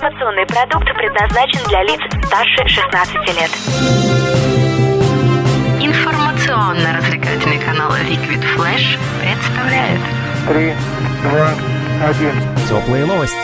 Информационный продукт предназначен для лиц старше 16 лет. Информационно-развлекательный канал Liquid Flash представляет 3, 2, 1. Теплые новости.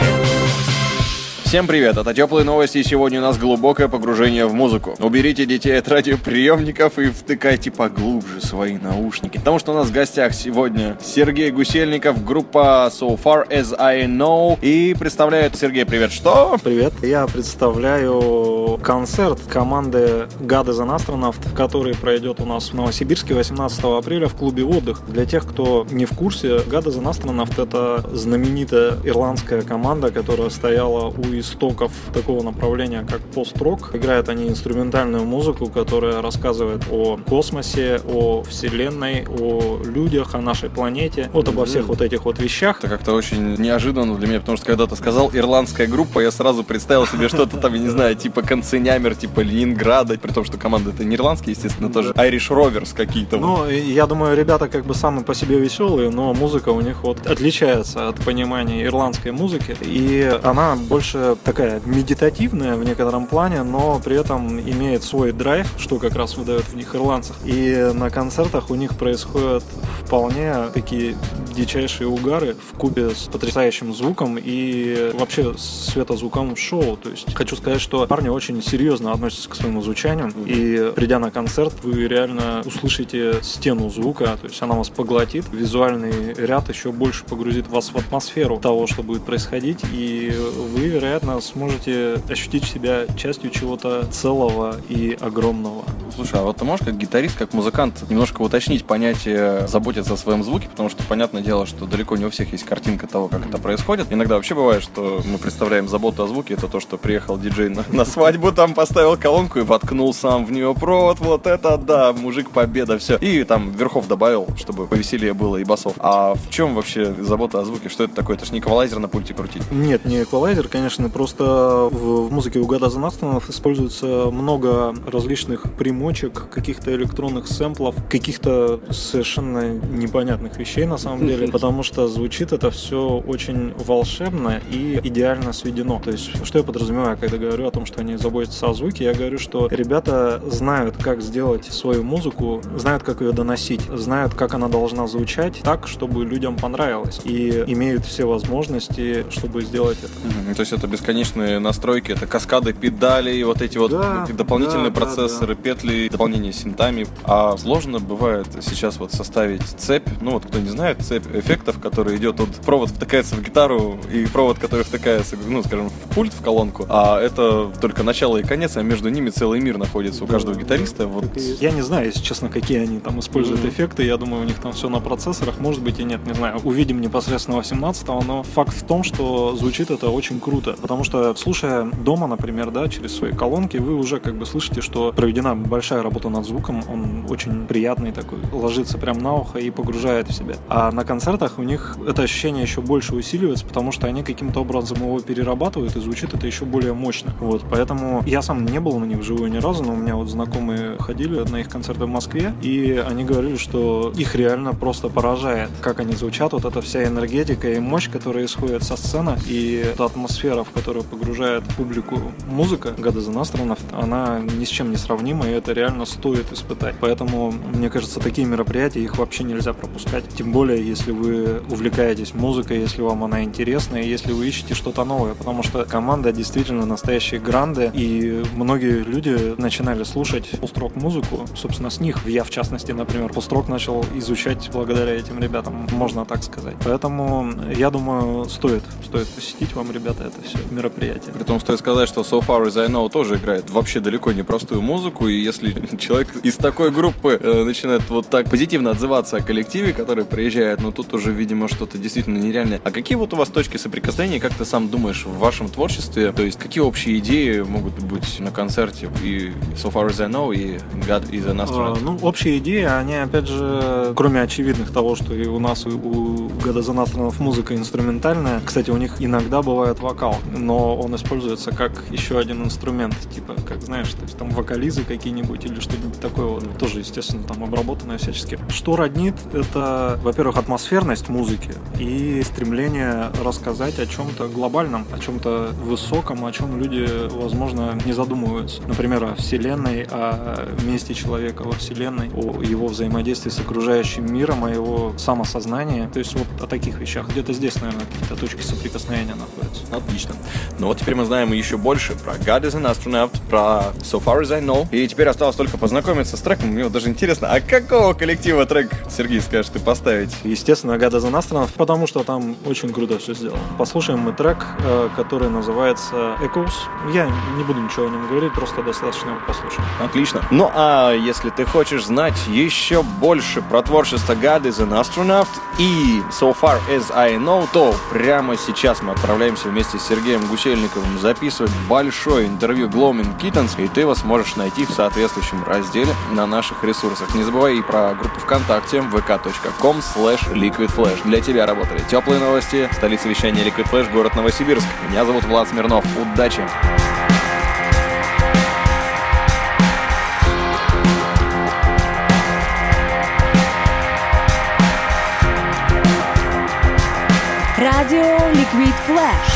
Всем привет, это Теплые новости, и сегодня у нас глубокое погружение в музыку. Уберите детей от радиоприемников и втыкайте поглубже свои наушники. Потому что у нас в гостях сегодня Сергей Гусельников, группа So Far As I Know. И представляет Сергей, привет, что? Привет, я представляю концерт команды God is an Astronaut, который пройдет у нас в Новосибирске 18 апреля в клубе «Отдых». Для тех, кто не в курсе, God is an Astronaut — это знаменитая ирландская команда, которая стояла у истоков такого направления, как пост-рок. Играют они инструментальную музыку, которая рассказывает о космосе, о вселенной, о людях, о нашей планете, вот обо всех вот этих вот вещах. Это как-то очень неожиданно для меня, потому что когда ты сказал «ирландская группа», я сразу представил себе что-то там, я не знаю, типа Канценямер, типа Ленинграда, при том, что команда-то не ирландские, естественно, тоже Irish Rovers какие-то. Ну, я думаю, ребята как бы сами по себе веселые, но музыка у них вот отличается от понимания ирландской музыки, и она больше такая медитативная в некотором плане, но при этом имеет свой драйв, что как раз выдает в них ирландцев. И на концертах у них происходят вполне такие дичайшие угары вкупе с потрясающим звуком и вообще светозвуковым шоу. То есть хочу сказать, что парни очень серьезно относятся к своему звучанию, и придя на концерт, вы реально услышите стену звука, то есть она вас поглотит, визуальный ряд еще больше погрузит вас в атмосферу того, что будет происходить, и вы, вероятно, сможете ощутить себя частью чего-то целого и огромного. Слушай, а вот ты можешь как гитарист, как музыкант немножко уточнить понятие заботиться о своем звуке, потому что понятное дело, что далеко не у всех есть картинка того, как это происходит. Иногда вообще бывает, что мы представляем заботу о звуке, это то, что приехал диджей на свадьбу, там поставил колонку и воткнул сам в нее провод, вот это да, мужик, победа, все. И там верхов добавил, чтобы повеселее было, и басов. А в чем вообще забота о звуке? Что это такое? Это же не эквалайзер на пульте крутить. Нет, не эквалайзер, конечно, просто в музыке у God is an Astronaut используется много различных примочек, каких-то электронных сэмплов, каких-то совершенно непонятных вещей на самом деле, потому что звучит это все очень волшебно и идеально сведено. То есть, что я подразумеваю, когда говорю о том, что они заботятся о звуке, я говорю, что ребята знают, как сделать свою музыку, знают, как ее доносить, знают, как она должна звучать так, чтобы людям понравилось, и имеют все возможности, чтобы сделать это. То есть это бесконечные настройки, это каскады педалей, вот эти вот дополнительные процессоры, петли, дополнение синтами. А сложно бывает сейчас вот составить цепь, ну вот кто не знает, цепь эффектов, который идет, вот провод втыкается в гитару и провод, который втыкается, ну скажем, в пульт, в колонку, а это только начало и конец, а между ними целый мир находится у каждого гитариста. Вот. Я не знаю, если честно, какие они там используют эффекты, я думаю, у них там все на процессорах, может быть и нет, не знаю. Увидим непосредственно 18-го, но факт в том, что звучит это очень круто, потому что, слушая дома, например, да, через свои колонки, вы уже как бы слышите, что проведена большая работа над звуком, он очень приятный такой, ложится прям на ухо и погружает в себя. А на концертах у них это ощущение еще больше усиливается, потому что они каким-то образом его перерабатывают, и звучит это еще более мощно. Вот, поэтому я сам не был на них вживую ни разу, но у меня вот знакомые ходили на их концерты в Москве, и они говорили, что их реально просто поражает, как они звучат, вот эта вся энергетика и мощь, которая исходит со сцены, и эта атмосфера, в которую погружает публику музыка God is an Astronaut, она ни с чем не сравнима, и это реально стоит испытать. Поэтому, мне кажется, такие мероприятия, их вообще нельзя пропускать. Тем более, если вы увлекаетесь музыкой, если вам она интересна, и если вы ищете что-то новое. Потому что команда действительно настоящие гранды, и многие люди начинали слушать пост-рок музыку, собственно, с них. Я, в частности, например, пост-рок начал изучать благодаря этим ребятам, можно так сказать. Поэтому, я думаю, стоит посетить вам, ребята, это все мероприятие. Притом стоит сказать, что So Far As I Know тоже играет вообще далеко не простую музыку, и если человек из такой группы начинает вот так позитивно отзываться о коллективе, который приезжает, ну тут уже, видимо, что-то действительно нереальное. А какие вот у вас точки соприкосновения, как ты сам думаешь, в вашем творчестве? То есть какие общие идеи могут быть на концерте и So Far As I Know, и God is an Astronaut? Ну, общие идеи, они, опять же, кроме очевидных того, что и у нас, и у God is an Astronaut музыка инструментальная. Кстати, у них иногда бывает вокал, но он используется как еще один инструмент, типа, как знаешь, то есть там вокализы какие-нибудь или что-нибудь такое вот, тоже, естественно, там обработанное всячески. Что роднит, это, во-первых, атмосфера атмосферность музыки и стремление рассказать о чем-то глобальном, о чем-то высоком, о чем люди, возможно, не задумываются. Например, о Вселенной, о месте человека во Вселенной, о его взаимодействии с окружающим миром, о его самосознании. То есть вот о таких вещах. Где-то здесь, наверное, какие-то точки соприкосновения находятся. Отлично. Ну вот теперь мы знаем еще больше про God is an Astronaut, про So Far As I Know. И теперь осталось только познакомиться с треком. Мне вот даже интересно, а какого коллектива трек, Сергей, скажешь ты поставить? Естественно, God is an Astronaut, потому что там очень круто все сделано. Послушаем мы трек, который называется Echoes. Я не буду ничего о нем говорить, просто достаточно его послушать. Отлично. Ну а если ты хочешь знать еще больше про творчество God is an Astronaut и So Far As I Know, то прямо сейчас мы отправляемся вместе с Сергеем Гусельниковым записывать большое интервью Gloaming Kittens, и ты его сможешь найти в соответствующем разделе на наших ресурсах. Не забывай и про группу ВКонтакте vk.com/liquidflash. Для тебя работали теплые новости, столица вещания Liquid Flash, город Новосибирск. Меня зовут Влад Смирнов. Удачи! Радио Liquid Flash.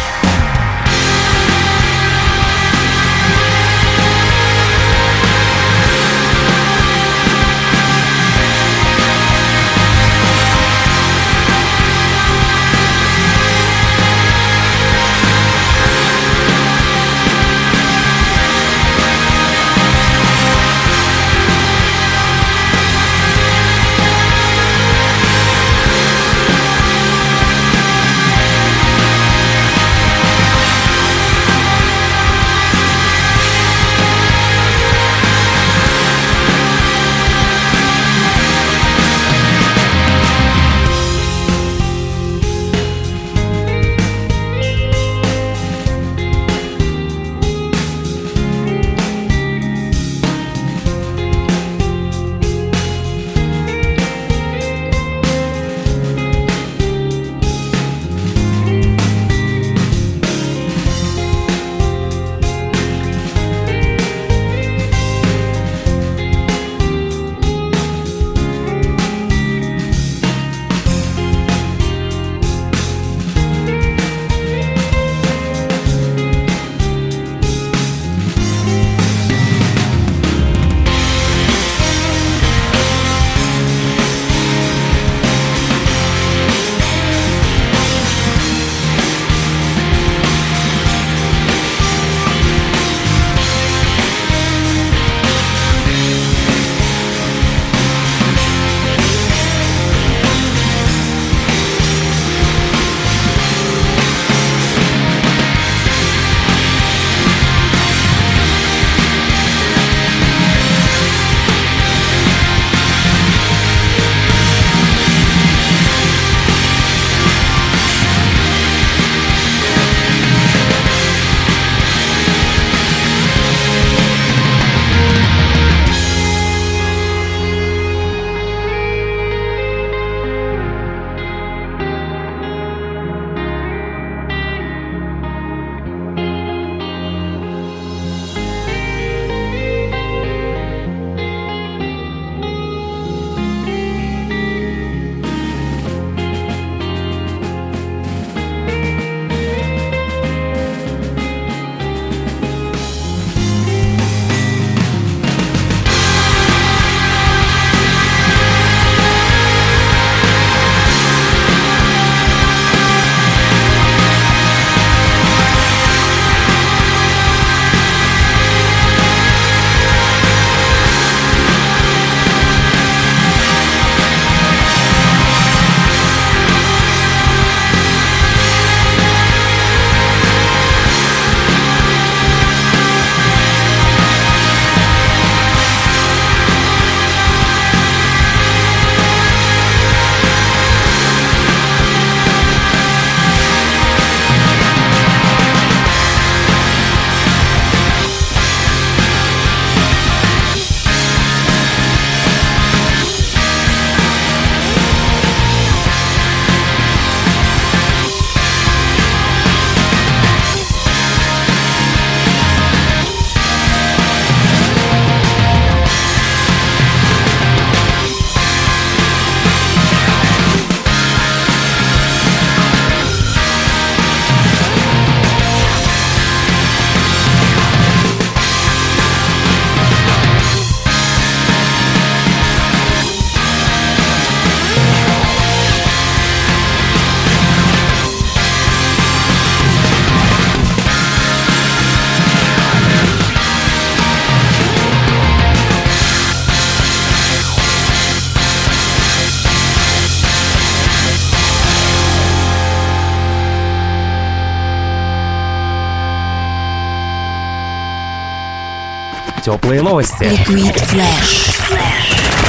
теплые новости. Liquid Flash.